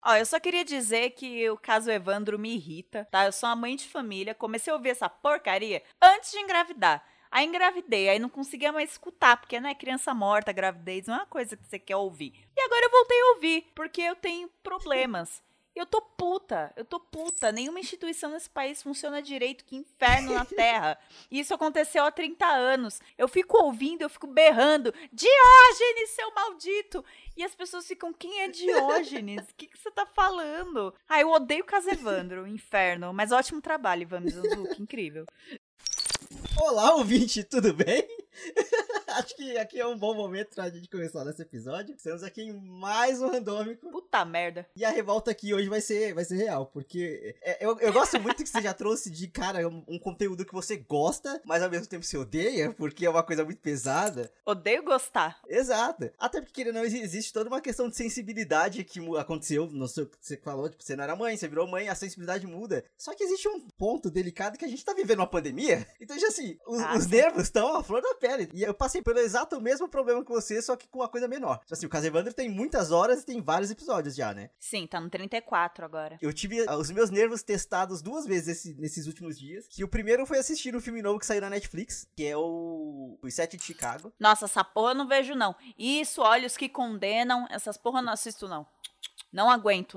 Ó, eu só queria dizer que o caso Evandro me irrita, tá? Eu sou uma mãe de família, comecei a ouvir essa porcaria antes de engravidar. Aí engravidei, aí não conseguia mais escutar, porque, né, criança morta, gravidez, não é uma coisa que você quer ouvir. E agora eu voltei a ouvir, porque eu tenho problemas. Eu tô puta. Nenhuma instituição nesse país funciona direito, que inferno na terra. E isso aconteceu há 30 anos. Eu fico ouvindo, eu fico berrando, Diógenes, seu maldito! E as pessoas ficam, quem é Diógenes? O que você tá falando? Ah, eu odeio Casevandro, inferno. Mas ótimo trabalho, Ivan Mizanzuki, incrível. Olá, ouvinte, tudo bem? Acho que aqui é um bom momento pra gente começar nesse episódio. Estamos aqui em mais um Randômico. Puta merda. E a revolta aqui hoje vai ser real, porque eu gosto muito que você já trouxe de cara um conteúdo que você gosta, mas ao mesmo tempo você odeia, porque é uma coisa muito pesada. Odeio gostar. Exato. Até porque, querendo ou não, existe toda uma questão de sensibilidade que aconteceu, não sei o que você falou, tipo, você não era mãe, você virou mãe, a sensibilidade muda. Só que existe um ponto delicado que a gente tá vivendo uma pandemia, então já assim, os nervos estão à flor da pele. E eu passei pelo exato mesmo problema que você, só que com uma coisa menor. Tipo assim, o caso Evandro tem muitas horas e tem vários episódios já, né? Sim, tá no 34 agora. Eu tive os meus nervos testados 2 vezes nesses últimos dias. Que o primeiro foi assistir um filme novo que saiu na Netflix, que é Os Sete de Chicago. Nossa, essa porra eu não vejo, não. Isso, Olhos que Condenam, essas porra eu não assisto, não. Não aguento.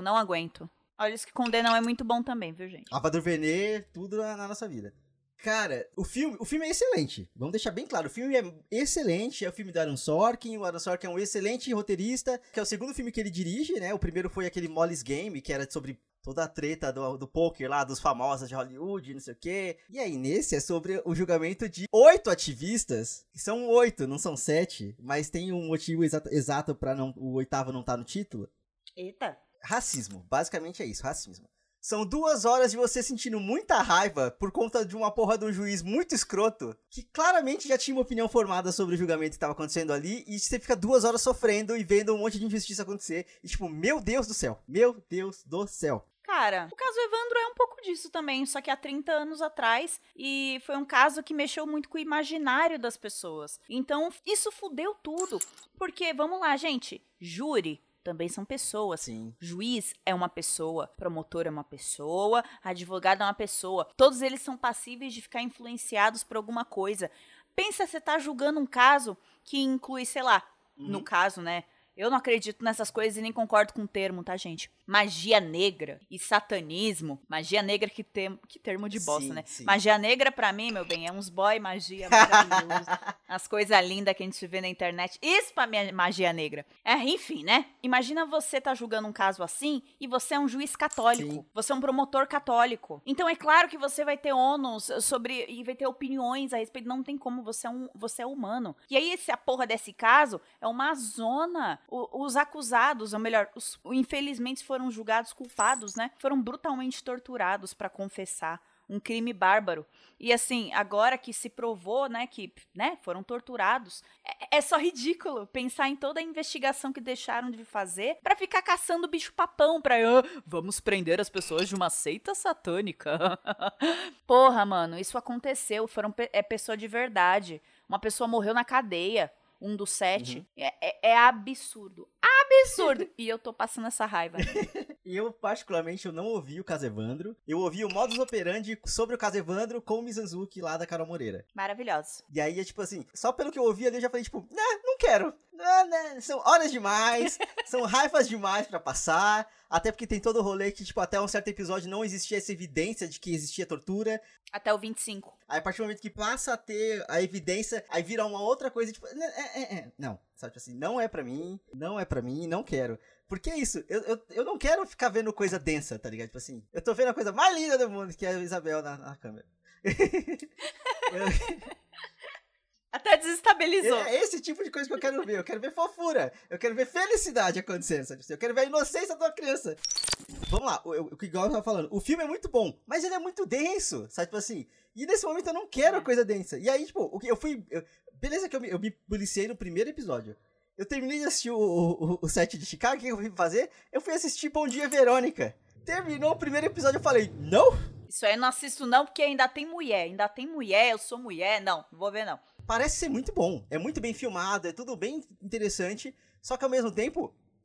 Olhos que Condenam é muito bom também, viu, gente? Ava DuVernay, tudo na nossa vida. Cara, o filme é excelente. Vamos deixar bem claro, o filme é excelente. É o filme do Aaron Sorkin. O Aaron Sorkin é um excelente roteirista, que é o segundo filme que ele dirige, né? O primeiro foi aquele Molly's Game, que era sobre toda a treta do poker lá, dos famosos de Hollywood, não sei o quê. E aí, nesse é sobre o julgamento de 8 ativistas. Que são 8, não são 7. Mas tem um motivo exato pra o 8º não estar no título. Eita. Racismo. Basicamente é isso, racismo. São 2 horas de você sentindo muita raiva por conta de uma porra de um juiz muito escroto, que claramente já tinha uma opinião formada sobre o julgamento que estava acontecendo ali, e você fica 2 horas sofrendo e vendo um monte de injustiça acontecer, e tipo, meu Deus do céu, meu Deus do céu. Cara, o caso Evandro é um pouco disso também, só que há 30 anos atrás, e foi um caso que mexeu muito com o imaginário das pessoas. Então, isso fudeu tudo, porque, vamos lá, gente, júri também são pessoas. Sim. Juiz é uma pessoa, promotor é uma pessoa, advogado é uma pessoa. Todos eles são passíveis de ficar influenciados por alguma coisa. Pensa, você tá julgando um caso que inclui, sei lá, no caso, né? Eu não acredito nessas coisas e nem concordo com o termo, tá, gente? Magia negra e satanismo. Magia negra, que termo de bosta, Sim, né? sim. Magia negra, pra mim, meu bem, é uns boy magia maravilhoso. As coisas lindas que a gente vê na internet. Isso pra mim é magia negra. Enfim, né? Imagina você tá julgando um caso assim e você é um juiz católico. Sim. Você é um promotor católico. Então é claro que você vai ter ônus sobre... E vai ter opiniões a respeito. Não tem como, você é humano. E aí, a porra desse caso é uma zona. Os acusados, ou melhor, infelizmente foram julgados culpados, né? Foram brutalmente torturados pra confessar um crime bárbaro. E assim, agora que se provou, né, que, né, foram torturados, é só ridículo pensar em toda a investigação que deixaram de fazer pra ficar caçando bicho papão pra vamos prender as pessoas de uma seita satânica. Porra, mano, isso aconteceu, é pessoa de verdade. Uma pessoa morreu na cadeia. Um dos 7. É absurdo. Absurdo! E eu tô passando essa raiva. E eu, particularmente, eu não ouvi o caso Evandro. Eu ouvi o modus operandi sobre o caso Evandro com o Mizanzuki lá da Carol Moreira. Maravilhoso. E aí, tipo assim, só pelo que eu ouvi ali, eu já falei, tipo, não quero. São horas demais, são raivas demais pra passar. Até porque tem todo o rolê que, tipo, até um certo episódio não existia essa evidência de que existia tortura. Até o 25. Aí, a partir do momento que passa a ter a evidência, aí vira uma outra coisa, tipo, não, sabe, tipo assim, não é pra mim, não quero. Porque é isso, eu não quero ficar vendo coisa densa, tá ligado? Tipo assim, eu tô vendo a coisa mais linda do mundo, que é a Isabel na câmera. Até desestabilizou. É esse tipo de coisa que eu quero ver fofura, eu quero ver felicidade acontecendo, sabe? Eu quero ver a inocência de uma criança. Vamos lá, o que igual eu tava falando, o filme é muito bom, mas ele é muito denso, sabe? Tipo assim, e nesse momento eu não quero coisa densa. E aí, tipo, beleza que eu me policiei no primeiro episódio. Eu terminei de assistir o 7 de Chicago, o que eu fui fazer? Eu fui assistir Bom Dia Verônica. Terminou o primeiro episódio, eu falei, não? Isso aí eu não assisto não, porque ainda tem mulher, eu sou mulher, não vou ver não. Parece ser muito bom, é muito bem filmado, é tudo bem interessante, só que ao mesmo tempo,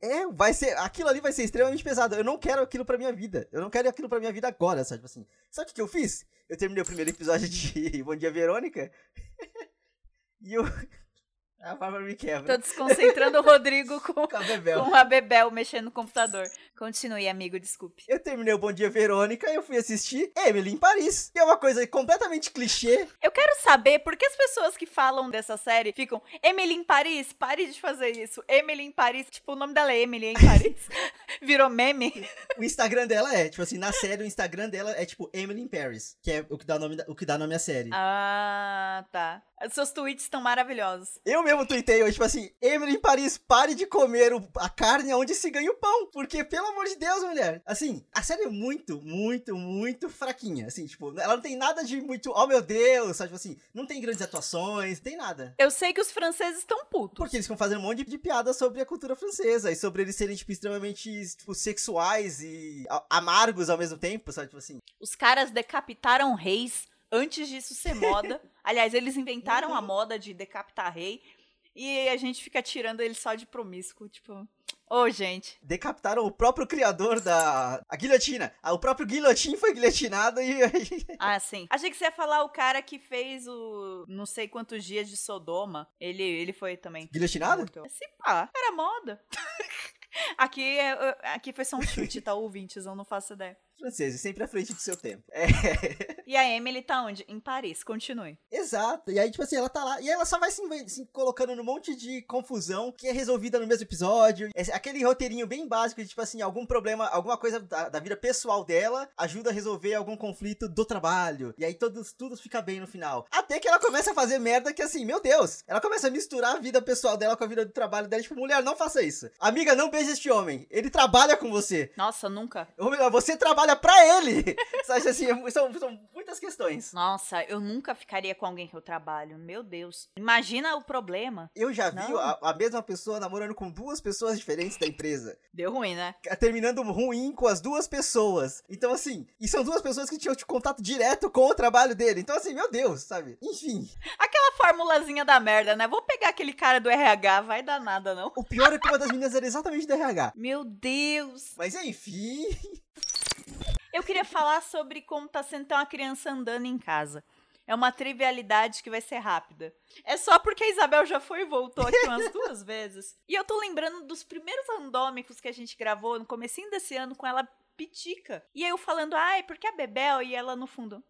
vai ser, aquilo ali vai ser extremamente pesado. Eu não quero aquilo pra minha vida. Eu não quero aquilo pra minha vida agora, sabe? Tipo assim, sabe o que eu fiz? Eu terminei o primeiro episódio de Bom Dia, Verônica. E eu... A Bárbara me quebra. Tô desconcentrando o Rodrigo com a Bebel. Com a Bebel mexendo no computador. Continue, amigo, desculpe. Eu terminei o Bom Dia, Verônica e eu fui assistir Emily em Paris. Que é uma coisa completamente clichê. Eu quero saber por que as pessoas que falam dessa série ficam Emily em Paris, pare de fazer isso. Emily em Paris, tipo, o nome dela é Emily em Paris. Virou meme. O Instagram dela tipo assim, na série o Instagram dela é tipo Emily in Paris. Que é o que dá nome à série. Ah, tá. Seus tweets estão maravilhosos. Eu mesmo tuitei hoje, tipo assim, Emily em Paris, pare de comer a carne onde se ganha o pão. Porque, pelo amor de Deus, mulher. Assim, a série é muito, muito, muito fraquinha. Assim, tipo, ela não tem nada de muito, oh meu Deus, sabe? Tipo assim, não tem grandes atuações, não tem nada. Eu sei que os franceses estão putos. Porque eles ficam fazendo um monte de piada sobre a cultura francesa. E sobre eles serem, tipo, extremamente, tipo, sexuais e amargos ao mesmo tempo, sabe? Tipo assim. Os caras decapitaram reis antes disso ser moda. Aliás, eles inventaram a moda de decapitar rei. E a gente fica tirando ele só de promíscuo, tipo... Ô, gente. Decapitaram o próprio criador a guilhotina. O próprio guilhotim foi guilhotinado e... Ah, sim. Achei que você ia falar o cara que fez o não sei quantos dias de Sodoma. Ele foi também. Guilhotinado? Se pá, era moda. Aqui foi só um chute, tá, ouvintes? Eu não faço ideia. Franceses, sempre à frente do seu tempo. E a Emily tá onde? Em Paris, continue. Exato, e aí, tipo assim, ela tá lá, e ela só vai se colocando num monte de confusão que é resolvida no mesmo episódio. Aquele roteirinho bem básico de, tipo assim, algum problema, alguma coisa da vida pessoal dela ajuda a resolver algum conflito do trabalho. E aí tudo fica bem no final. Até que ela começa a fazer merda que, assim, meu Deus, ela começa a misturar a vida pessoal dela com a vida do trabalho dela. Tipo, mulher, não faça isso. Amiga, não beije este homem. Ele trabalha com você. Nossa, nunca. Ou melhor, você trabalha pra ele. Sabe assim, são muitas questões. Nossa, eu nunca ficaria com alguém que eu trabalho. Meu Deus. Imagina o problema. Eu já vi a mesma pessoa namorando com duas pessoas diferentes da empresa. Deu ruim, né? Terminando ruim com as duas pessoas. Então, assim, e são duas pessoas que tinham contato direto com o trabalho dele. Então, assim, meu Deus, sabe? Enfim. Aquela formulazinha da merda, né? Vou pegar aquele cara do RH, vai dar nada, não? O pior é que uma das meninas era exatamente do RH. Meu Deus. Mas, enfim... Eu queria falar sobre como tá sendo ter uma criança andando em casa. É uma trivialidade que vai ser rápida. É só porque a Isabel já foi e voltou aqui umas 2 vezes. E eu tô lembrando dos primeiros randômicos que a gente gravou no comecinho desse ano com ela pitica. E eu falando, ai, porque a Bebel e ela no fundo.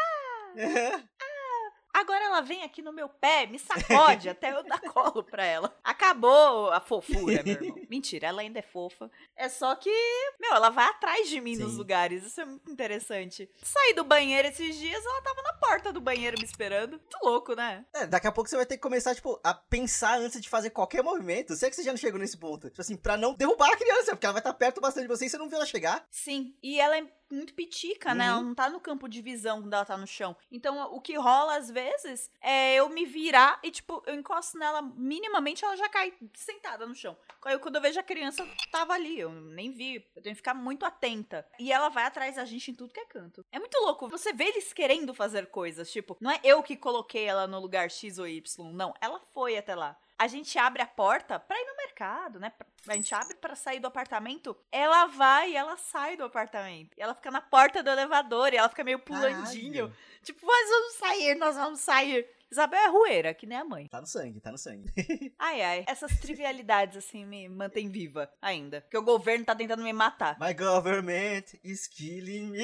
Agora ela vem aqui no meu pé, me sacode até eu dar colo pra ela. Acabou a fofura, meu irmão. Mentira, ela ainda é fofa. É só que, ela vai atrás de mim nos lugares. Isso é muito interessante. Saí do banheiro esses dias, ela tava na porta do banheiro me esperando. Muito louco, né? Daqui a pouco você vai ter que começar, tipo, a pensar antes de fazer qualquer movimento. Sei que você já não chegou nesse ponto. Tipo assim, pra não derrubar a criança, porque ela vai estar perto bastante de você e você não vê ela chegar. Sim, e ela é muito pitica, né? Ela não tá no campo de visão quando ela tá no chão. Então, o que rola às vezes é eu me virar e, tipo, eu encosto nela minimamente, ela já cai sentada no chão. Aí, quando eu vejo a criança, tava ali, eu nem vi. Eu tenho que ficar muito atenta. E ela vai atrás da gente em tudo que é canto. É muito louco. Você vê eles querendo fazer coisas, tipo, não é eu que coloquei ela no lugar X ou Y, não. Ela foi até lá. A gente abre a porta pra ir no mercado, né? A gente abre pra sair do apartamento. Ela vai e ela sai do apartamento. E ela fica na porta do elevador e ela fica meio pulandinho. Caralho. Tipo, nós vamos sair. Isabel é rueira, que nem a mãe. Tá no sangue, tá no sangue. Ai. Essas trivialidades, assim, me mantêm viva ainda. Porque o governo tá tentando me matar. My government is killing me.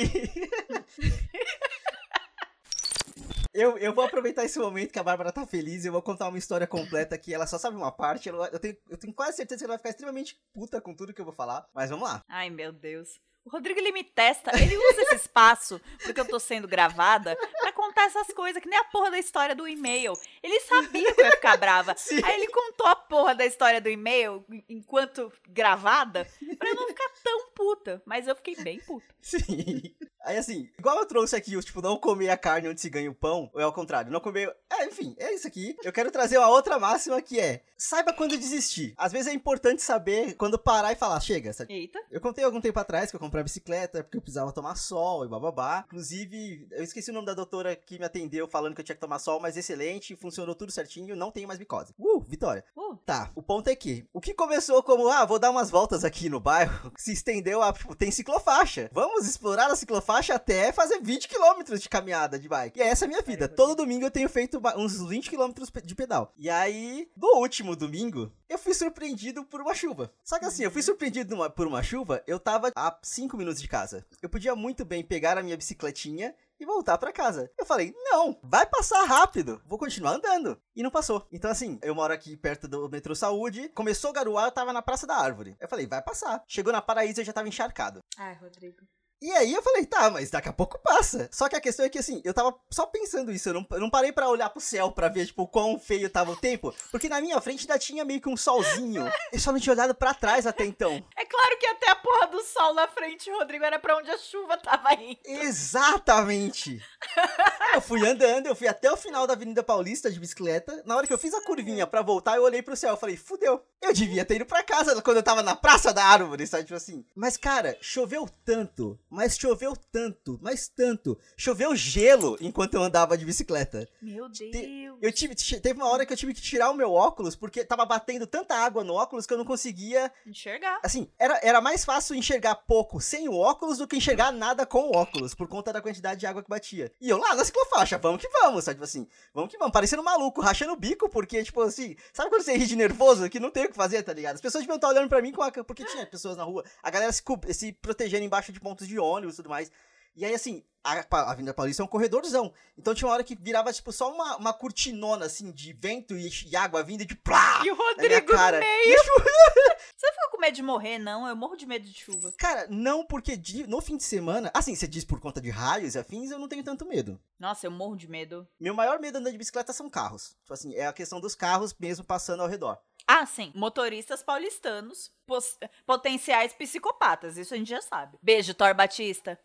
Eu vou aproveitar esse momento que a Bárbara tá feliz e eu vou contar uma história completa que ela só sabe uma parte. Eu tenho quase certeza que ela vai ficar extremamente puta com tudo que eu vou falar. Mas vamos lá. Ai, meu Deus. O Rodrigo, ele me testa, ele usa esse espaço, porque eu tô sendo gravada, pra contar essas coisas, que nem a porra da história do e-mail. Ele sabia que eu ia ficar brava. Sim. Aí ele contou a porra da história do e-mail, enquanto gravada, pra eu não ficar tão puta. Mas eu fiquei bem puta. Sim. Aí assim, igual eu trouxe aqui, o tipo, não comer a carne onde se ganha o pão, ou é ao contrário, não comer... enfim, é isso aqui. Eu quero trazer uma outra máxima que é, saiba quando desistir. Às vezes é importante saber quando parar e falar, chega, sabe? Eita. Eu contei algum tempo atrás que eu comprei a bicicleta porque eu precisava tomar sol e bababá. Inclusive, eu esqueci o nome da doutora que me atendeu falando que eu tinha que tomar sol, mas excelente, funcionou tudo certinho, não tenho mais micose. Vitória. Tá, o ponto é que, o que começou como, vou dar umas voltas aqui no bairro, se estendeu a, tipo, tem ciclofaixa. Vamos explorar a ciclofaixa até fazer 20 km de caminhada de bike. E essa é a minha vida. Todo domingo eu tenho feito uns 20 km de pedal. E aí, no último domingo, eu fui surpreendido por uma chuva. Só que assim, eu fui surpreendido por uma chuva, eu tava a 5 minutos de casa. Eu podia muito bem pegar a minha bicicletinha e voltar pra casa. Eu falei, não, vai passar rápido, vou continuar andando. E não passou. Então assim, eu moro aqui perto do metrô Saúde, começou a garoar, eu tava na Praça da Árvore. Eu falei, vai passar. Chegou na Paraíso, eu já tava encharcado. Ai, Rodrigo. E aí eu falei, tá, mas daqui a pouco passa. Só que a questão é que assim, eu tava só pensando isso, eu não parei pra olhar pro céu pra ver, tipo, quão feio tava o tempo, porque na minha frente ainda tinha meio que um solzinho. Eu só não tinha olhado pra trás até então. É claro que até a porra do sol na frente, Rodrigo, era pra onde a chuva tava indo. Exatamente. Eu fui andando, eu fui até o final da Avenida Paulista de bicicleta. Na hora que eu fiz a curvinha pra voltar, eu olhei pro céu, eu falei, fudeu. Eu devia ter ido pra casa quando eu tava na Praça da Árvore, sabe, tipo assim. Mas, cara, choveu tanto, mas choveu tanto, mas tanto. Choveu gelo enquanto eu andava de bicicleta. Meu Deus. Teve uma hora que eu tive que tirar o meu óculos, porque tava batendo tanta água no óculos que eu não conseguia... enxergar. Assim, era mais fácil enxergar pouco sem o óculos do que enxergar nada com o óculos, por conta da quantidade de água que batia. E eu lá na ciclofaixa, vamos que vamos, sabe, tipo assim, vamos que vamos, parecendo um maluco, rachando o bico, porque, tipo assim, sabe quando você ri de nervoso, que não tem o que fazer, tá ligado? As pessoas deviam estar olhando pra mim porque tinha pessoas na rua, a galera se protegendo embaixo de pontos de ônibus e tudo mais. E aí, assim, a Avenida Paulista é um corredorzão. Então tinha uma hora que virava, tipo, só uma cortinona, assim, de vento e água vindo de plá! E o Rodrigo no meio. Você ficou com medo de morrer, não? Eu morro de medo de chuva. Cara, não, porque no fim de semana... Assim, você diz por conta de raios e afins, eu não tenho tanto medo. Nossa, eu morro de medo. Meu maior medo andando de bicicleta são carros. Tipo assim, é a questão dos carros mesmo passando ao redor. Ah, sim. Motoristas paulistanos, potenciais psicopatas, isso a gente já sabe. Beijo, Thor Batista.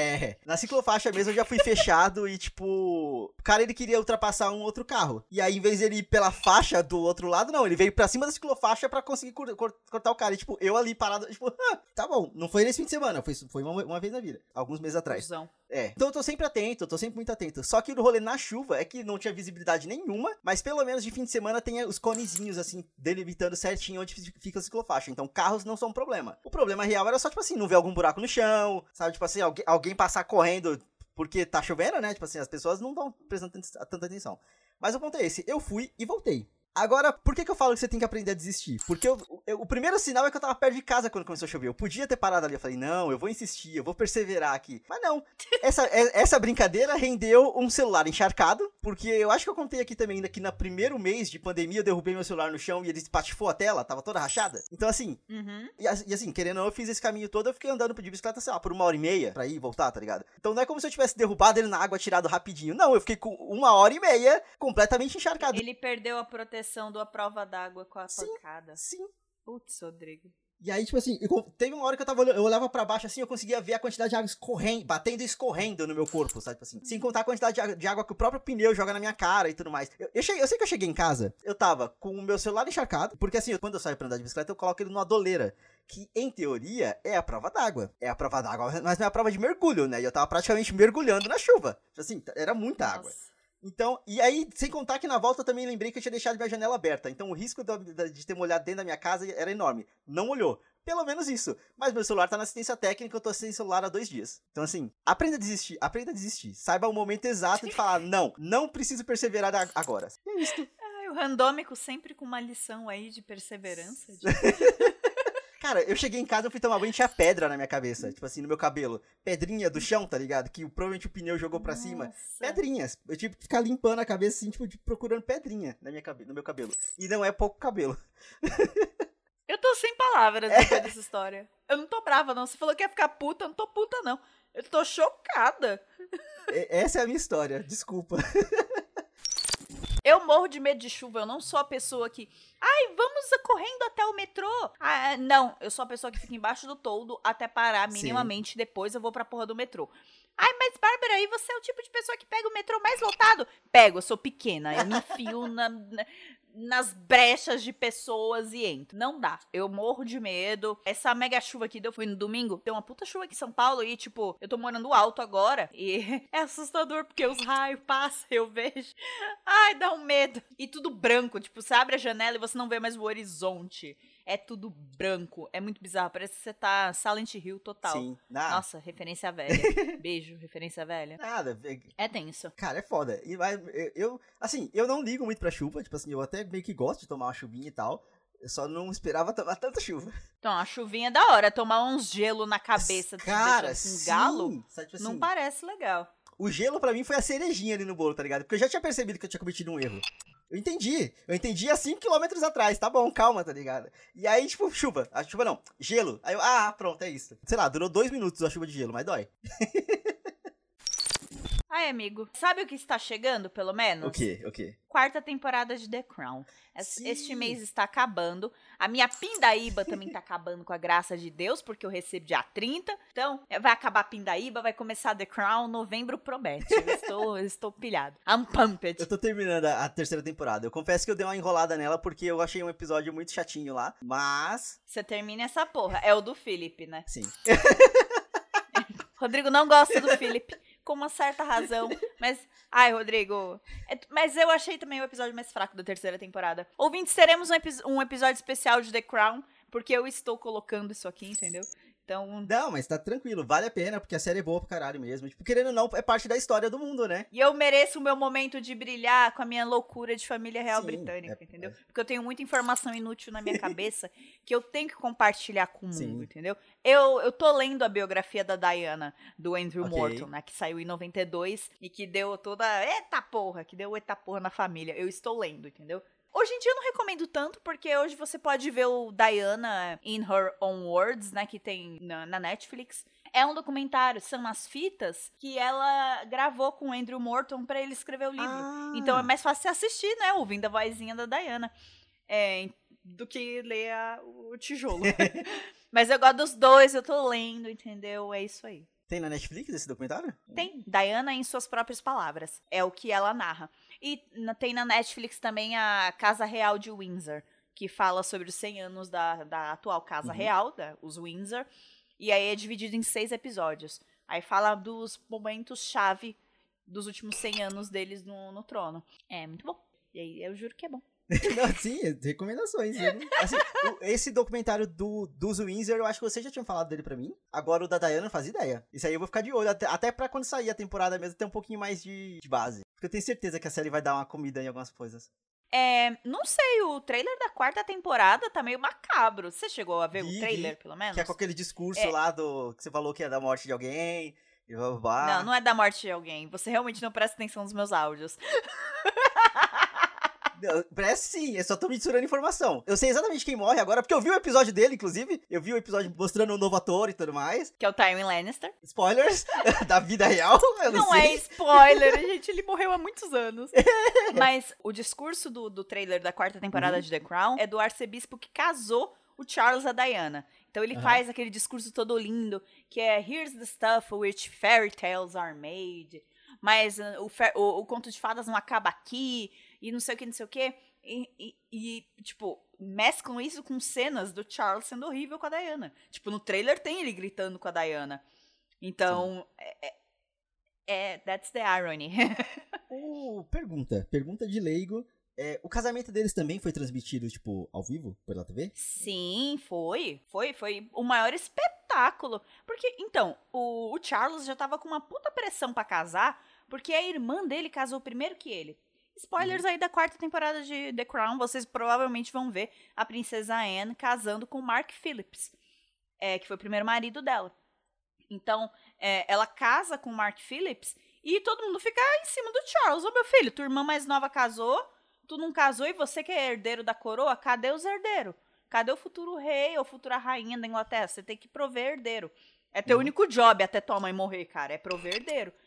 Na ciclofaixa mesmo eu já fui fechado e, tipo, o cara, ele queria ultrapassar um outro carro. E aí, em vez dele ir pela faixa do outro lado, não, ele veio pra cima da ciclofaixa pra conseguir cortar o cara. E, tipo, eu ali parado, tipo, tá bom, não foi nesse fim de semana, foi uma vez na vida, alguns meses atrás. Cusão. Então eu tô sempre atento, eu tô sempre muito atento. Só que o rolê na chuva é que não tinha visibilidade nenhuma, mas pelo menos de fim de semana tem os conezinhos, assim, delimitando certinho onde fica a ciclofaixa. Então carros não são um problema. O problema real era só, tipo assim, não ver algum buraco no chão, sabe? Tipo assim, alguém passar correndo porque tá chovendo, né? Tipo assim, as pessoas não estão prestando tanta atenção. Mas o ponto é esse, eu fui e voltei. Agora, por que eu falo que você tem que aprender a desistir? Porque o primeiro sinal é que eu tava perto de casa quando começou a chover. Eu podia ter parado ali. Eu falei, não, eu vou insistir, eu vou perseverar aqui. Mas não. Essa brincadeira rendeu um celular encharcado. Porque eu acho que eu contei aqui também, que no primeiro mês de pandemia eu derrubei meu celular no chão e ele espatifou a tela, tava toda rachada. Então assim, e assim, querendo ou não, eu fiz esse caminho todo, eu fiquei andando de bicicleta, sei lá, por 1h30 pra ir e voltar, tá ligado? Então não é como se eu tivesse derrubado ele na água, tirado rapidinho. Não, eu fiquei com 1h30 completamente encharcado. Ele perdeu a proteção da prova d'água com a pancada. Sim. Putz, Rodrigo. E aí, tipo assim, teve uma hora que eu olhava pra baixo assim, eu conseguia ver a quantidade de água batendo e escorrendo no meu corpo, sabe? Tipo assim, sem contar a quantidade de água que o próprio pneu joga na minha cara e tudo mais. Eu sei que eu cheguei em casa, eu tava com o meu celular encharcado, porque assim, quando eu saio pra andar de bicicleta, eu coloco ele numa doleira, que em teoria é a prova d'água. É a prova d'água, mas não é a prova de mergulho, né? E eu tava praticamente mergulhando na chuva. Assim, era muita água. Então, e aí, sem contar que na volta eu também lembrei que eu tinha deixado minha janela aberta. Então o risco de ter molhado dentro da minha casa era enorme. Não molhou. Pelo menos isso. Mas meu celular tá na assistência técnica, eu tô sem celular há 2 dias. Então assim, aprenda a desistir. Saiba o momento exato de falar, não preciso perseverar agora. E é isso. O randômico sempre com uma lição aí de perseverança. Cara, eu cheguei em casa, eu fui tomar banho e tinha pedra na minha cabeça. Tipo assim, no meu cabelo. Pedrinha do chão, tá ligado? Que provavelmente o pneu jogou pra cima. Pedrinhas. Eu tive que ficar limpando a cabeça assim, tipo, procurando pedrinha no meu cabelo. E não é pouco cabelo. Eu tô sem palavras depois dessa história. Eu não tô brava, não. Você falou que ia ficar puta, eu não tô puta, não. Eu tô chocada. Essa é a minha história, desculpa. Eu morro de medo de chuva, eu não sou a pessoa que... Ai, vamos correndo até o metrô. Não, eu sou a pessoa que fica embaixo do toldo até parar minimamente, depois eu vou pra porra do metrô. Ai, mas Bárbara, aí você é o tipo de pessoa que pega o metrô mais lotado? Pego, eu sou pequena, eu me enfio nas brechas de pessoas e entro. Não dá. Eu morro de medo. Essa mega chuva que deu, fui no domingo, deu uma puta chuva aqui em São Paulo e, tipo, eu tô morando alto agora e é assustador porque os raios passam, eu vejo. Ai, dá um medo. E tudo branco, tipo, você abre a janela e você não vê mais o horizonte. É tudo branco. É muito bizarro. Parece que você tá Silent Hill total. Sim. Nada. Nossa, referência velha. Beijo, referência velha. Nada. É tenso. Cara, é foda. E assim, eu não ligo muito pra chuva. Tipo assim, eu até meio que gosto de tomar uma chuvinha e tal. Eu só não esperava tomar tanta chuva. Então, a chuvinha é da hora. Tomar uns gelo na cabeça, cara, assim, galo, sabe, tipo assim, não parece legal. O gelo pra mim foi a cerejinha ali no bolo, tá ligado? Porque eu já tinha percebido que eu tinha cometido um erro. Eu entendi há 5 km atrás, tá bom, calma, tá ligado? E aí, tipo, chuva não, gelo. Aí eu, pronto, é isso. Sei lá, durou 2 minutos a chuva de gelo, mas dói. Ai, amigo, sabe o que está chegando, pelo menos? O quê? 4ª temporada de The Crown. Este mês está acabando. A minha pindaíba também tá acabando com a graça de Deus, porque eu recebo dia 30. Então, vai acabar a pindaíba, vai começar The Crown, novembro promete. Eu estou pilhado. I'm pumped. Eu tô terminando a 3ª temporada. Eu confesso que eu dei uma enrolada nela, porque eu achei um episódio muito chatinho lá, mas... Você termina essa porra. É o do Philip, né? Sim. Rodrigo não gosta do Philip. Com uma certa razão, mas... Ai, Rodrigo... Mas eu achei também o episódio mais fraco da 3ª temporada. Ouvintes, teremos um episódio especial de The Crown, porque eu estou colocando isso aqui, entendeu? Então... Não, mas tá tranquilo, vale a pena, porque a série é boa pro caralho mesmo. Tipo, querendo ou não, é parte da história do mundo, né? E eu mereço o meu momento de brilhar com a minha loucura de família real Sim, britânica, entendeu? Porque eu tenho muita informação inútil na minha cabeça que eu tenho que compartilhar com o mundo, Sim. entendeu? Eu tô lendo a biografia da Diana, do Andrew Ok. Morton, né? Que saiu em 92 e que deu toda... Eita porra na família. Eu estou lendo, entendeu? Hoje em dia eu não recomendo tanto, porque hoje você pode ver o Diana in Her Own Words, né, que tem na Netflix. É um documentário, são umas fitas que ela gravou com o Andrew Morton pra ele escrever o livro. Então é mais fácil você assistir, né, ouvindo a vozinha da Diana, do que ler o tijolo. Mas eu gosto dos dois, eu tô lendo, entendeu? É isso aí. Tem na Netflix esse documentário? Tem. Diana em suas próprias palavras. É o que ela narra. E tem na Netflix também a Casa Real de Windsor, que fala sobre os 100 anos da atual Casa Real, os Windsor. E aí é dividido em 6 episódios. Aí fala dos momentos-chave dos últimos 100 anos deles no trono. É muito bom. E aí eu juro que é bom. Não, sim, recomendações. Assim, esse documentário dos Windsor, eu acho que você já tinha falado dele pra mim. Agora o da Diana, não faz ideia. Isso aí eu vou ficar de olho, até pra quando sair a temporada mesmo, ter um pouquinho mais de base. Porque eu tenho certeza que a série vai dar uma comida em algumas coisas. Não sei, o trailer da 4ª temporada tá meio macabro. Você chegou a ver o trailer, pelo menos? Que é com aquele discurso lá que você falou que é da morte de alguém. E blá, blá, blá. Não é da morte de alguém. Você realmente não presta atenção nos meus áudios. Parece sim, eu só tô misturando informação. Eu sei exatamente quem morre agora, porque eu vi o episódio dele, inclusive. Eu vi o episódio mostrando o novo ator e tudo mais. Que é o Tywin Lannister. Spoilers da vida real, eu não sei. É spoiler, gente, ele morreu há muitos anos. Mas o discurso do trailer da 4ª temporada de The Crown é do arcebispo que casou o Charles e a Diana. Então ele faz aquele discurso todo lindo, que é Here's the stuff which fairy tales are made. Mas o conto de fadas não acaba aqui, e não sei o que. E, tipo, mesclam isso com cenas do Charles sendo horrível com a Diana. Tipo, no trailer tem ele gritando com a Diana. Então, that's the irony. Pergunta de leigo. O casamento deles também foi transmitido, tipo, ao vivo, pela TV? Sim, foi o maior espetáculo. Porque, então, o Charles já tava com uma puta pressão pra casar, porque a irmã dele casou primeiro que ele. Spoilers aí da 4ª temporada de The Crown, vocês provavelmente vão ver a princesa Anne casando com Mark Phillips, que foi o primeiro marido dela. Então, ela casa com Mark Phillips e todo mundo fica em cima do Charles. Ô, meu filho, tua irmã mais nova casou, tu não casou e você que é herdeiro da coroa, cadê os herdeiros? Cadê o futuro rei ou futura rainha da Inglaterra? Você tem que prover herdeiro. É teu único job até tua mãe morrer, cara, é prover herdeiro.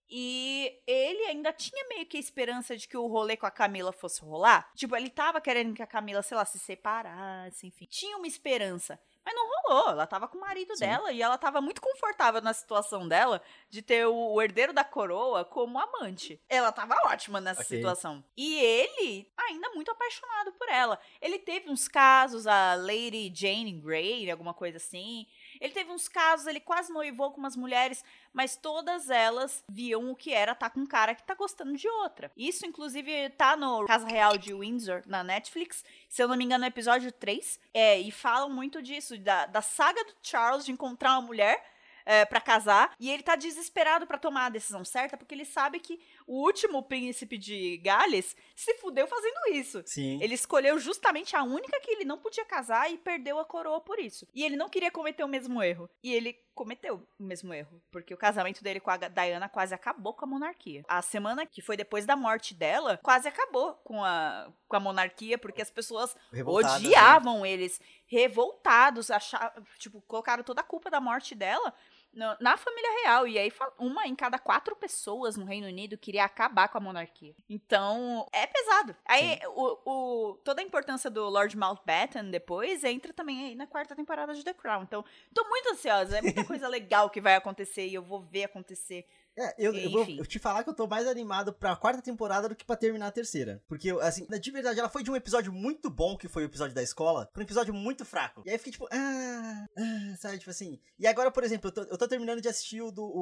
E ele ainda tinha meio que a esperança de que o rolê com a Camila fosse rolar. Tipo, ele tava querendo que a Camila, sei lá, se separasse, enfim. Tinha uma esperança. Mas não rolou. Ela tava com o marido dela e ela tava muito confortável na situação dela de ter o herdeiro da coroa como amante. Ela tava ótima nessa situação. E ele ainda muito apaixonado por ela. Ele teve uns casos, a Lady Jane Grey, alguma coisa assim. Ele teve uns casos, ele quase noivou com umas mulheres, mas todas elas viam o que era estar com um cara que tá gostando de outra. Isso, inclusive, tá no Casa Real de Windsor, na Netflix, se eu não me engano, no episódio 3. E falam muito disso, da saga do Charles de encontrar uma mulher pra casar, e ele tá desesperado pra tomar a decisão certa, porque ele sabe que o último príncipe de Gales se fudeu fazendo isso. Sim. Ele escolheu justamente a única que ele não podia casar e perdeu a coroa por isso. E ele não queria cometer o mesmo erro. E ele cometeu o mesmo erro, porque o casamento dele com a Diana quase acabou com a monarquia. A semana que foi depois da morte dela, quase acabou com a monarquia, porque as pessoas odiavam eles, revoltados, tipo, colocaram toda a culpa da morte dela na família real. E aí, uma em cada 4 pessoas no Reino Unido queria acabar com a monarquia. Então, é pesado. Aí, toda a importância do Lord Mountbatten depois entra também aí na 4ª temporada de The Crown. Então, tô muito ansiosa. É muita coisa legal que vai acontecer e eu vou ver acontecer. Eu vou te falar que eu tô mais animado pra 4ª temporada do que pra terminar a 3ª. Porque, assim, de verdade, ela foi de um episódio muito bom, que foi o episódio da escola, pra um episódio muito fraco. E aí eu fiquei tipo, sabe, tipo assim. E agora, por exemplo, eu tô terminando de assistir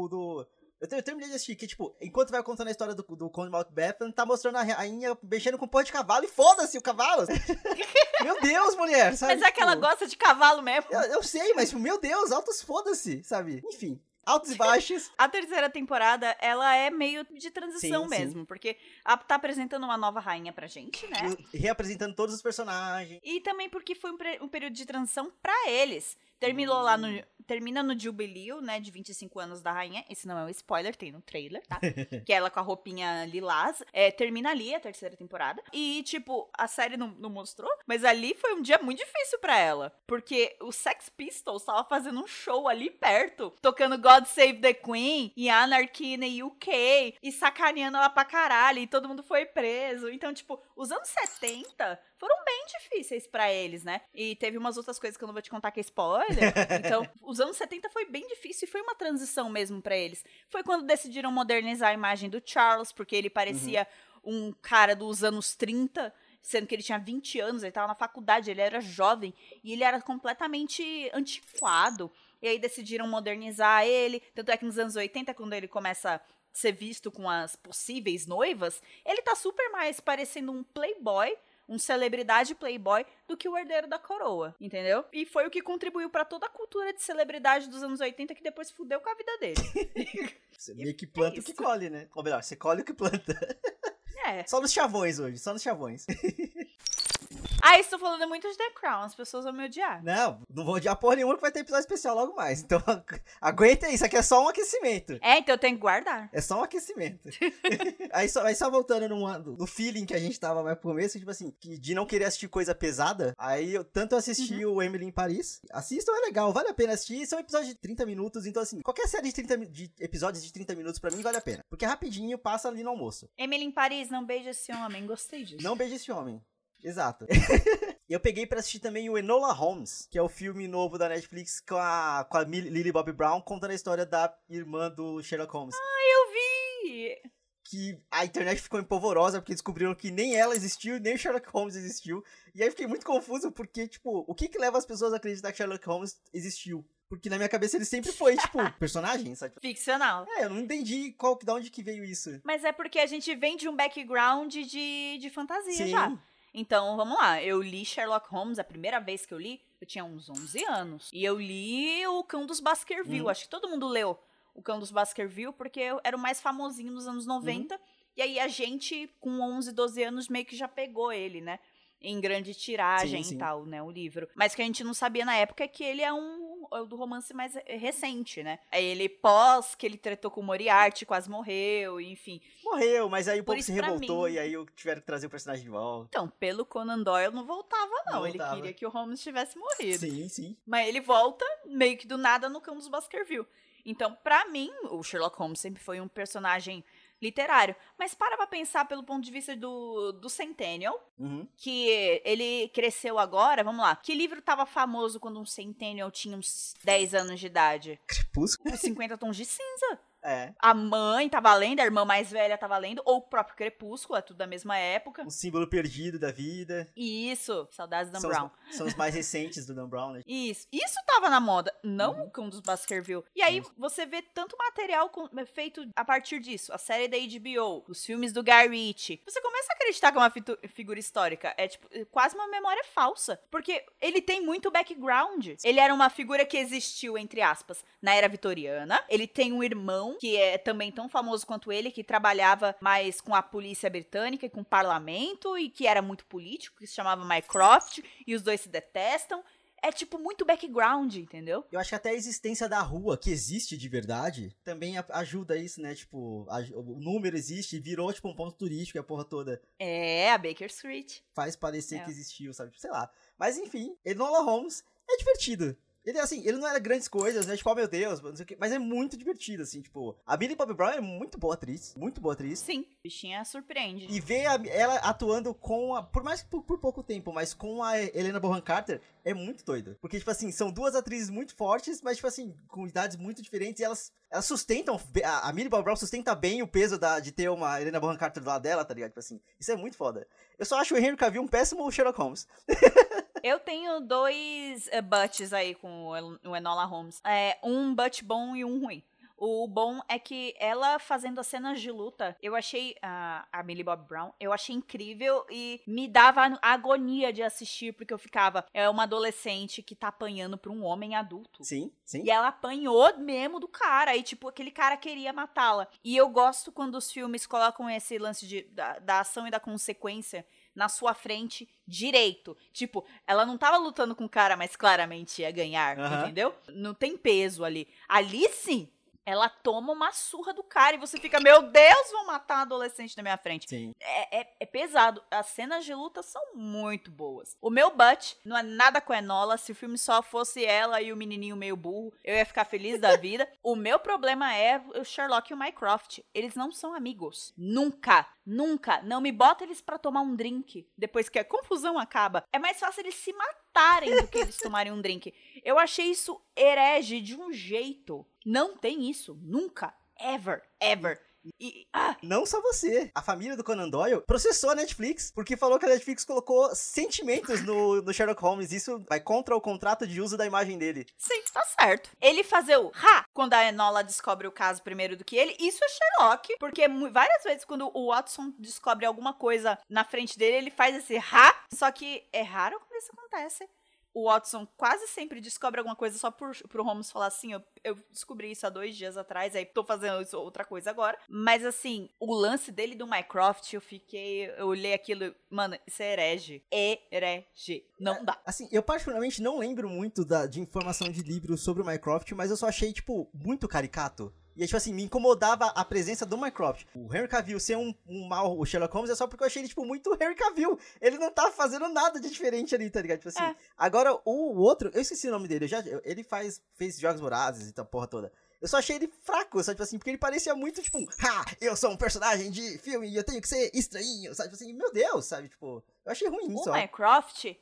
eu terminei de assistir, que tipo, enquanto vai contando a história do Conde Mountbatten, tá mostrando a rainha mexendo com porra de cavalo, e foda-se o cavalo! Meu Deus, mulher, sabe? Mas é que ela gosta de cavalo mesmo. Eu sei, mas, meu Deus, altos foda-se, sabe? Enfim. Altos e baixos. A 3ª temporada, ela é meio de transição mesmo, porque tá apresentando uma nova rainha pra gente, né? Reapresentando todos os personagens. E também porque foi um período de transição pra eles. Termina no Jubileu, né, de 25 anos da rainha. Esse não é um spoiler, tem no trailer, tá? Que é ela com a roupinha lilás. Termina ali a 3ª temporada. E, tipo, a série não mostrou, mas ali foi um dia muito difícil pra ela. Porque o Sex Pistols tava fazendo um show ali perto, tocando God Save the Queen e Anarchy in UK, e sacaneando ela pra caralho, e todo mundo foi preso. Então, tipo, os anos 70 foram bem difíceis pra eles, né? E teve umas outras coisas que eu não vou te contar que é spoiler. Então, os anos 70 foi bem difícil e foi uma transição mesmo pra eles. Foi quando decidiram modernizar a imagem do Charles, porque ele parecia um cara dos anos 30, sendo que ele tinha 20 anos, ele tava na faculdade, ele era jovem, e ele era completamente antiquado. E aí decidiram modernizar ele, tanto é que nos anos 80, quando ele começa a ser visto com as possíveis noivas, ele tá super mais parecendo um playboy, um celebridade playboy, do que o herdeiro da coroa, entendeu? E foi o que contribuiu pra toda a cultura de celebridade dos anos 80 que depois fudeu com a vida dele. Você meio que planta o que colhe, né? Ou melhor, você colhe o que planta. Só nos chavões hoje, só nos chavões. Estou falando muito de The Crown, as pessoas vão me odiar. Não vou odiar porra nenhuma, que vai ter episódio especial logo mais. Então, aguenta aí, isso aqui é só um aquecimento. Então eu tenho que guardar. É só um aquecimento. aí só voltando no feeling que a gente tava mais pro começo, tipo assim, de não querer assistir coisa pesada, aí eu assisti o Emily em Paris. Assistam, é legal, vale a pena assistir. São episódios de 30 minutos, então assim, qualquer série de episódios de 30 minutos pra mim vale a pena. Porque rapidinho passa ali no almoço. Emily em Paris, não beija esse homem, gostei disso. Não beija esse homem. Exato. Eu peguei pra assistir também o Enola Holmes, que é o filme novo da Netflix com a Millie Bobby Brown, contando a história da irmã do Sherlock Holmes. Eu vi! Que a internet ficou empolvorosa porque descobriram que nem ela existiu, nem o Sherlock Holmes existiu. E aí fiquei muito confuso porque, tipo, o que leva as pessoas a acreditar que Sherlock Holmes existiu? Porque na minha cabeça ele sempre foi, tipo, personagem, sabe? Ficcional. Eu não entendi de onde que veio isso. Mas é porque a gente vem de um background de fantasia já. Então, vamos lá. Eu li Sherlock Holmes, a primeira vez que eu li, eu tinha uns 11 anos. E eu li O Cão dos Baskerville. Acho que todo mundo leu O Cão dos Baskerville, porque era o mais famosinho nos anos 90. E aí a gente, com 11, 12 anos, meio que já pegou ele, né? Em grande tiragem e tal, né? O livro. Mas que a gente não sabia na época é que ele é do romance mais recente, né? Aí ele, que ele tretou com o Moriarty, quase morreu, enfim. Morreu, mas aí o povo se revoltou e aí tiveram que trazer o personagem de volta. Então, pelo Conan Doyle não voltava, não. Ele queria que o Holmes tivesse morrido. Sim. Mas ele volta meio que do nada no Cão dos Baskerville. Então, pra mim, o Sherlock Holmes sempre foi um personagem literário. Mas para pra pensar pelo ponto de vista do Centennial, que ele cresceu agora, vamos lá. Que livro tava famoso quando um Centennial tinha uns 10 anos de idade? Crepúsculo. Os 50 Tons de Cinza. É. A mãe tava lendo, a irmã mais velha tava lendo, ou o próprio Crepúsculo, é tudo da mesma época. Um símbolo perdido da vida. Isso, saudades do Dan Brown. São os mais recentes do Dan Brown, né? Isso tava na moda, não com dos Baskerville. E aí você vê tanto material feito a partir disso. A série da HBO, os filmes do Guy Ritchie. Você começa a acreditar que é uma figura histórica. É tipo, quase uma memória falsa. Porque ele tem muito background. Ele era uma figura que existiu, entre aspas, na era vitoriana. Ele tem um irmão que é também tão famoso quanto ele, que trabalhava mais com a polícia britânica e com o parlamento, e que era muito político, que se chamava Mycroft, e os dois se detestam. É, tipo, muito background, entendeu? Eu acho que até a existência da rua, que existe de verdade, também ajuda isso, né? Tipo, o número existe e virou, tipo, um ponto turístico e a porra toda. É, a Baker Street. Faz parecer que existiu, sabe? Sei lá. Mas, enfim, Enola Holmes é divertido. Ele, assim, ele não era grandes coisas, né? Tipo, oh, meu Deus, não sei o quê. Mas é muito divertido, assim, tipo... A Millie Bobby Brown é muito boa atriz. Muito boa atriz. Sim, bichinha surpreende. E ver ela atuando com a... Por mais que por pouco tempo, mas com a Helena Bonham Carter é muito doido. Porque, tipo assim, são duas atrizes muito fortes, mas, tipo assim, com idades muito diferentes. E elas sustentam... A Millie Bobby Brown sustenta bem o peso de ter uma Helena Bonham Carter do lado dela, tá ligado? Tipo assim, isso é muito foda. Eu só acho o Henry Cavill um péssimo Sherlock Holmes. Eu tenho dois butts aí com o Enola Holmes. Um butt bom e um ruim. O bom é que ela fazendo as cenas de luta, eu achei a Millie Bobby Brown, eu achei incrível e me dava agonia de assistir, porque eu ficava, é uma adolescente que tá apanhando pra um homem adulto. Sim, sim. E ela apanhou mesmo do cara, e tipo, aquele cara queria matá-la. E eu gosto quando os filmes colocam esse lance da ação e da consequência na sua frente direito. Tipo, ela não tava lutando com o cara, mas claramente ia ganhar, entendeu? Não tem peso ali. Ali sim, ela toma uma surra do cara e você fica, meu Deus, vou matar um adolescente na minha frente. Sim. É pesado. As cenas de luta são muito boas. O meu butt não é nada com a Enola. Se o filme só fosse ela e o menininho meio burro, eu ia ficar feliz da vida. O meu problema é o Sherlock e o Mycroft. Eles não são amigos. Nunca. Não me bota eles pra tomar um drink depois que a confusão acaba. É mais fácil eles se matarem do que eles tomarem um drink. Eu achei isso herege de um jeito. Não tem isso. Nunca. Ever. Não só você. A família do Conan Doyle processou a Netflix porque falou que a Netflix colocou sentimentos no Sherlock Holmes. Isso vai contra o contrato de uso da imagem dele. Sim, tá certo. Ele fazer o quando a Enola descobre o caso primeiro do que ele, isso é Sherlock. Porque várias vezes quando o Watson descobre alguma coisa na frente dele, ele faz esse só que é raro quando isso acontece. O Watson quase sempre descobre alguma coisa só pro Holmes falar assim, eu descobri isso há 2 dias atrás, aí tô fazendo isso, outra coisa agora. Mas assim, o lance dele do Mycroft, eu olhei aquilo, mano, isso é herege. Não dá. Assim, eu particularmente não lembro muito de informação de livro sobre o Mycroft, mas eu só achei, tipo, muito caricato. E, tipo assim, me incomodava a presença do Mycroft. O Henry Cavill ser um mal, o Sherlock Holmes, é só porque eu achei ele, tipo, muito Henry Cavill. Ele não tá fazendo nada de diferente ali, tá ligado? Tipo assim. Agora, o outro, eu esqueci o nome dele. Ele fez Jogos Vorazes e tal, porra toda. Eu só achei ele fraco, sabe? Tipo assim, porque ele parecia muito, tipo, eu sou um personagem de filme e eu tenho que ser estranho, sabe? Tipo assim, meu Deus, sabe? Tipo, eu achei ruim o só. O Mycroft...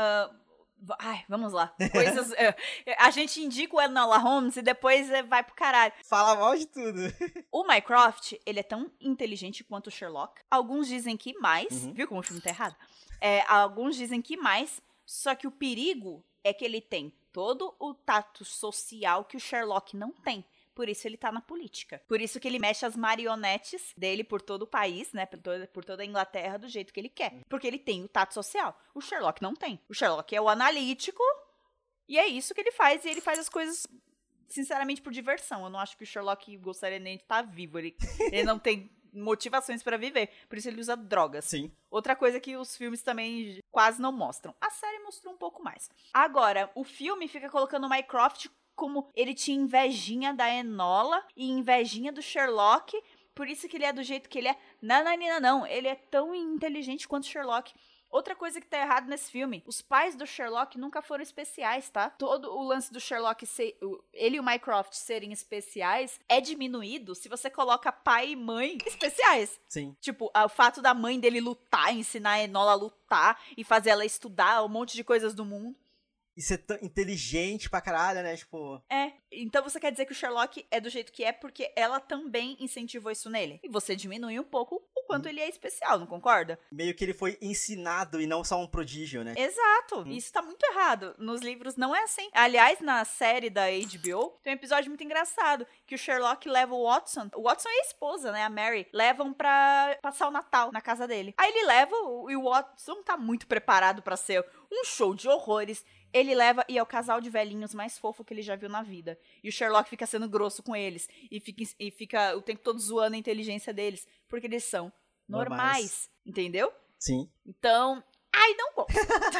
vamos lá. Coisas. A gente indica o Enola Holmes e depois vai pro caralho. Fala mal de tudo. O Mycroft, ele é tão inteligente quanto o Sherlock. Alguns dizem que mais. Viu como o filme tá errado? Alguns dizem que mais. Só que o perigo é que ele tem todo o tato social que o Sherlock não tem. Por isso ele tá na política. Por isso que ele mexe as marionetes dele por todo o país, né? Por toda a Inglaterra do jeito que ele quer. Porque ele tem o tato social. O Sherlock não tem. O Sherlock é o analítico e é isso que ele faz. E ele faz as coisas, sinceramente, por diversão. Eu não acho que o Sherlock gostaria nem de estar vivo. Ele não tem motivações pra viver. Por isso ele usa drogas. Sim. Outra coisa que os filmes também quase não mostram. A série mostrou um pouco mais. Agora, o filme fica colocando o Mycroft como ele tinha invejinha da Enola e invejinha do Sherlock, por isso que ele é do jeito que ele é. Não. Ele é tão inteligente quanto o Sherlock. Outra coisa que tá errado nesse filme, os pais do Sherlock nunca foram especiais, tá? Todo o lance do Sherlock ele e o Mycroft serem especiais é diminuído se você coloca pai e mãe especiais. Sim. Tipo, o fato da mãe dele lutar, ensinar a Enola a lutar e fazer ela estudar um monte de coisas do mundo. E ser tão inteligente pra caralho, né? Tipo... Então você quer dizer que o Sherlock é do jeito que é porque ela também incentivou isso nele. E você diminui um pouco o quanto ele é especial, não concorda? Meio que ele foi ensinado e não só um prodígio, né? Exato. Isso tá muito errado. Nos livros não é assim. Aliás, na série da HBO, tem um episódio muito engraçado, que o Sherlock leva o Watson e a esposa, né, a Mary, levam pra passar o Natal na casa dele. Aí ele leva, e o Watson tá muito preparado pra ser um show de horrores. Ele leva, e é o casal de velhinhos mais fofo que ele já viu na vida. E o Sherlock fica sendo grosso com eles. E fica o tempo todo zoando a inteligência deles. Porque eles são normais. Entendeu? Sim. Então, ai, não gosto.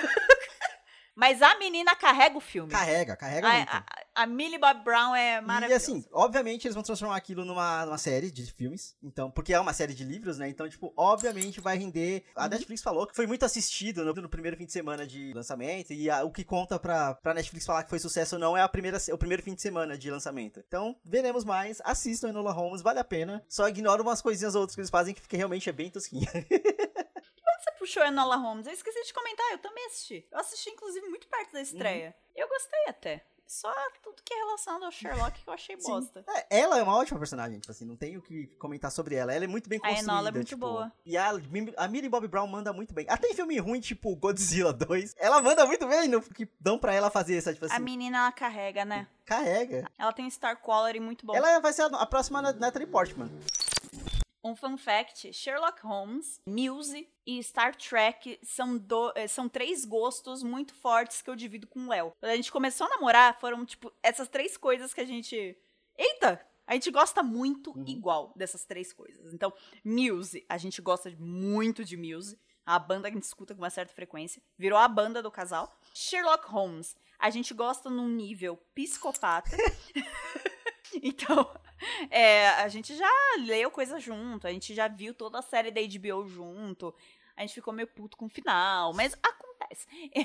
Mas a menina carrega o filme. Carrega muito. A Millie Bobby Brown é maravilhosa. E assim, obviamente eles vão transformar aquilo numa série de filmes, então, porque é uma série de livros, né? Então, tipo, obviamente vai render. A Netflix falou que foi muito assistido no primeiro fim de semana de lançamento, e o que conta pra Netflix falar que foi sucesso ou não é o primeiro fim de semana de lançamento. Então, veremos mais, assistam Enola Holmes, vale a pena. Só ignora umas coisinhas outras que eles fazem que realmente é bem tosquinha. Você puxou Enola Holmes, eu esqueci de comentar, eu também assisti. Eu assisti, inclusive, muito perto da estreia. Eu gostei até. Só tudo que é relacionado ao Sherlock que eu achei bosta. Ela é uma ótima personagem, tipo assim, não tenho o que comentar sobre ela. Ela é muito bem construída. A Enola é muito boa. E a Millie Bobby Brown manda muito bem. Até em filme ruim, tipo Godzilla 2, ela manda muito bem no que dão pra ela fazer essa, tipo assim. A menina, ela carrega, né? Carrega. Ela tem Star Quality muito bom. Ela vai ser a próxima Natalie Portman. Um fun fact, Sherlock Holmes, Muse e Star Trek são 3 gostos muito fortes que eu divido com o Léo. Quando a gente começou a namorar, foram, tipo, essas 3 coisas que a gente... Eita! A gente gosta muito igual dessas 3 coisas. Então, Muse, a gente gosta muito de Muse. A banda que a gente escuta com uma certa frequência. Virou a banda do casal. Sherlock Holmes, a gente gosta num nível psicopata. Então... a gente já leu coisa junto, a gente já viu toda a série da HBO junto, a gente ficou meio puto com o final, mas acontece.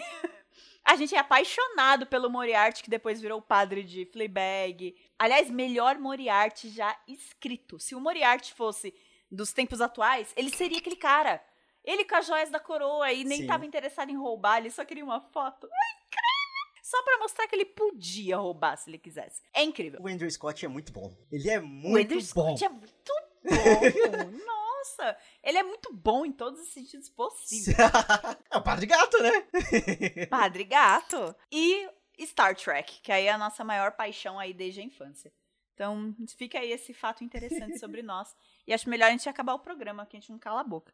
A gente é apaixonado pelo Moriarty, que depois virou o padre de Fleabag. Aliás, melhor Moriarty já escrito. Se o Moriarty fosse dos tempos atuais, ele seria aquele cara. Ele com as joias da coroa e nem tava interessado em roubar, ele só queria uma foto. Ai, incrível! Só pra mostrar que ele podia roubar se ele quisesse. É incrível. O Andrew Scott é muito bom. Ele é muito bom. O Andrew Scott é muito bom. Nossa, ele é muito bom em todos os sentidos possíveis. É o Padre Gato, né? Padre Gato. E Star Trek, que aí é a nossa maior paixão aí desde a infância. Então, fica aí esse fato interessante sobre nós. E acho melhor a gente acabar o programa, que a gente não cala a boca.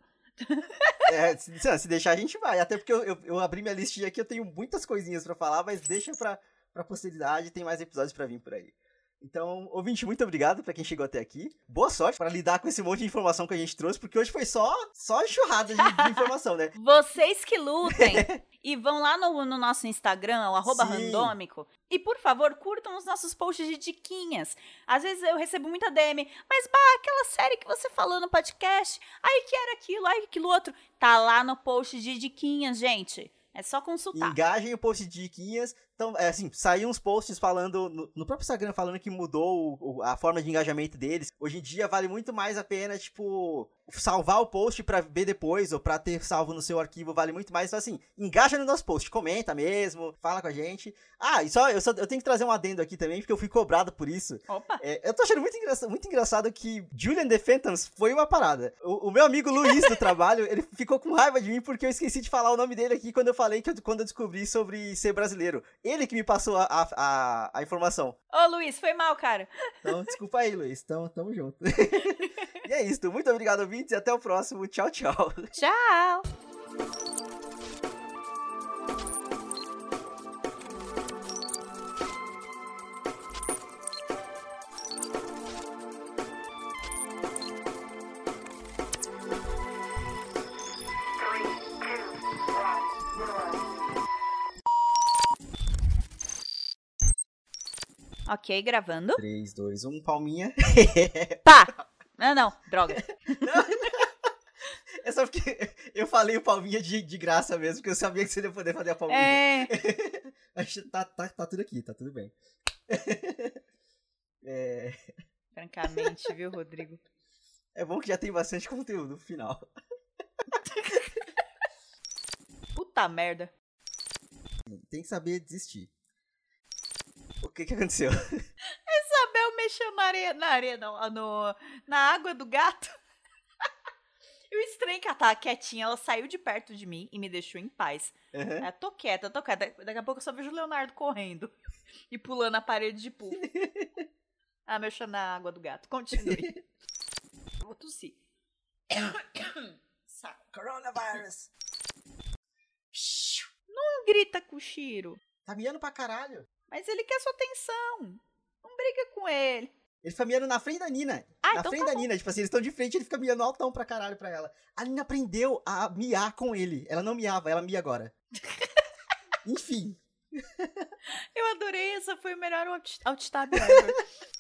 Se deixar a gente vai, até porque eu abri minha listinha aqui, eu tenho muitas coisinhas pra falar, mas deixa pra posteridade, tem mais episódios pra vir por aí. Então, ouvinte, muito obrigado pra quem chegou até aqui. Boa sorte pra lidar com esse monte de informação que a gente trouxe, porque hoje foi só enxurrada de informação, né? Vocês que lutem! E vão lá no nosso Instagram, o @randômico, e por favor, curtam os nossos posts de diquinhas. Às vezes eu recebo muita DM, mas aquela série que você falou no podcast, ai que era aquilo, ai aquilo outro, tá lá no post de diquinhas, gente. É só consultar. Engajem o post de diquinhas. Então, saiu uns posts falando, no próprio Instagram, falando que mudou a forma de engajamento deles. Hoje em dia vale muito mais a pena, tipo, salvar o post pra ver depois, ou pra ter salvo no seu arquivo, vale muito mais. Então, assim, engaja no nosso post, comenta mesmo, fala com a gente. Eu tenho que trazer um adendo aqui também, porque eu fui cobrado por isso. Opa! Eu tô achando muito engraçado que Julian the Phantoms foi uma parada. O meu amigo Luiz do trabalho, ele ficou com raiva de mim porque eu esqueci de falar o nome dele aqui quando eu falei quando eu descobri sobre ser brasileiro. Ele que me passou a informação. Ô, Luiz, foi mal, cara. Então, desculpa aí, Luiz. Tamo junto. E é isso. Muito obrigado, ouvintes, e até o próximo. Tchau, tchau. Tchau. Ok, gravando. 3, 2, 1, palminha. Pá! Não, droga. É só porque eu falei o palminha de graça mesmo, porque eu sabia que você ia poder fazer a palminha. É. Mas tá tudo aqui, tá tudo bem. Francamente, viu, Rodrigo? É bom que já tem bastante conteúdo no final. Puta merda. Tem que saber desistir. O que aconteceu? Isabel mexeu na areia não, na água do gato. E o estranho que ela tava quietinha, ela saiu de perto de mim e me deixou em paz. Uhum. Eu tô quieta. Daqui a pouco eu só vejo o Leonardo correndo e pulando a parede de pulo. Mexeu na água do gato. Continue. Eu vou tossir. Saco. Coronavirus. Não grita com o Shiro. Tá miando pra caralho. Mas ele quer sua atenção. Não briga com ele. Ele fica miando na frente da Nina. Na então frente da Nina. Tipo assim, eles estão de frente, ele fica miando altão pra caralho pra ela. A Nina aprendeu a miar com ele. Ela não miava, ela mia agora. Enfim. Eu adorei, essa foi o melhor alt-tab ever.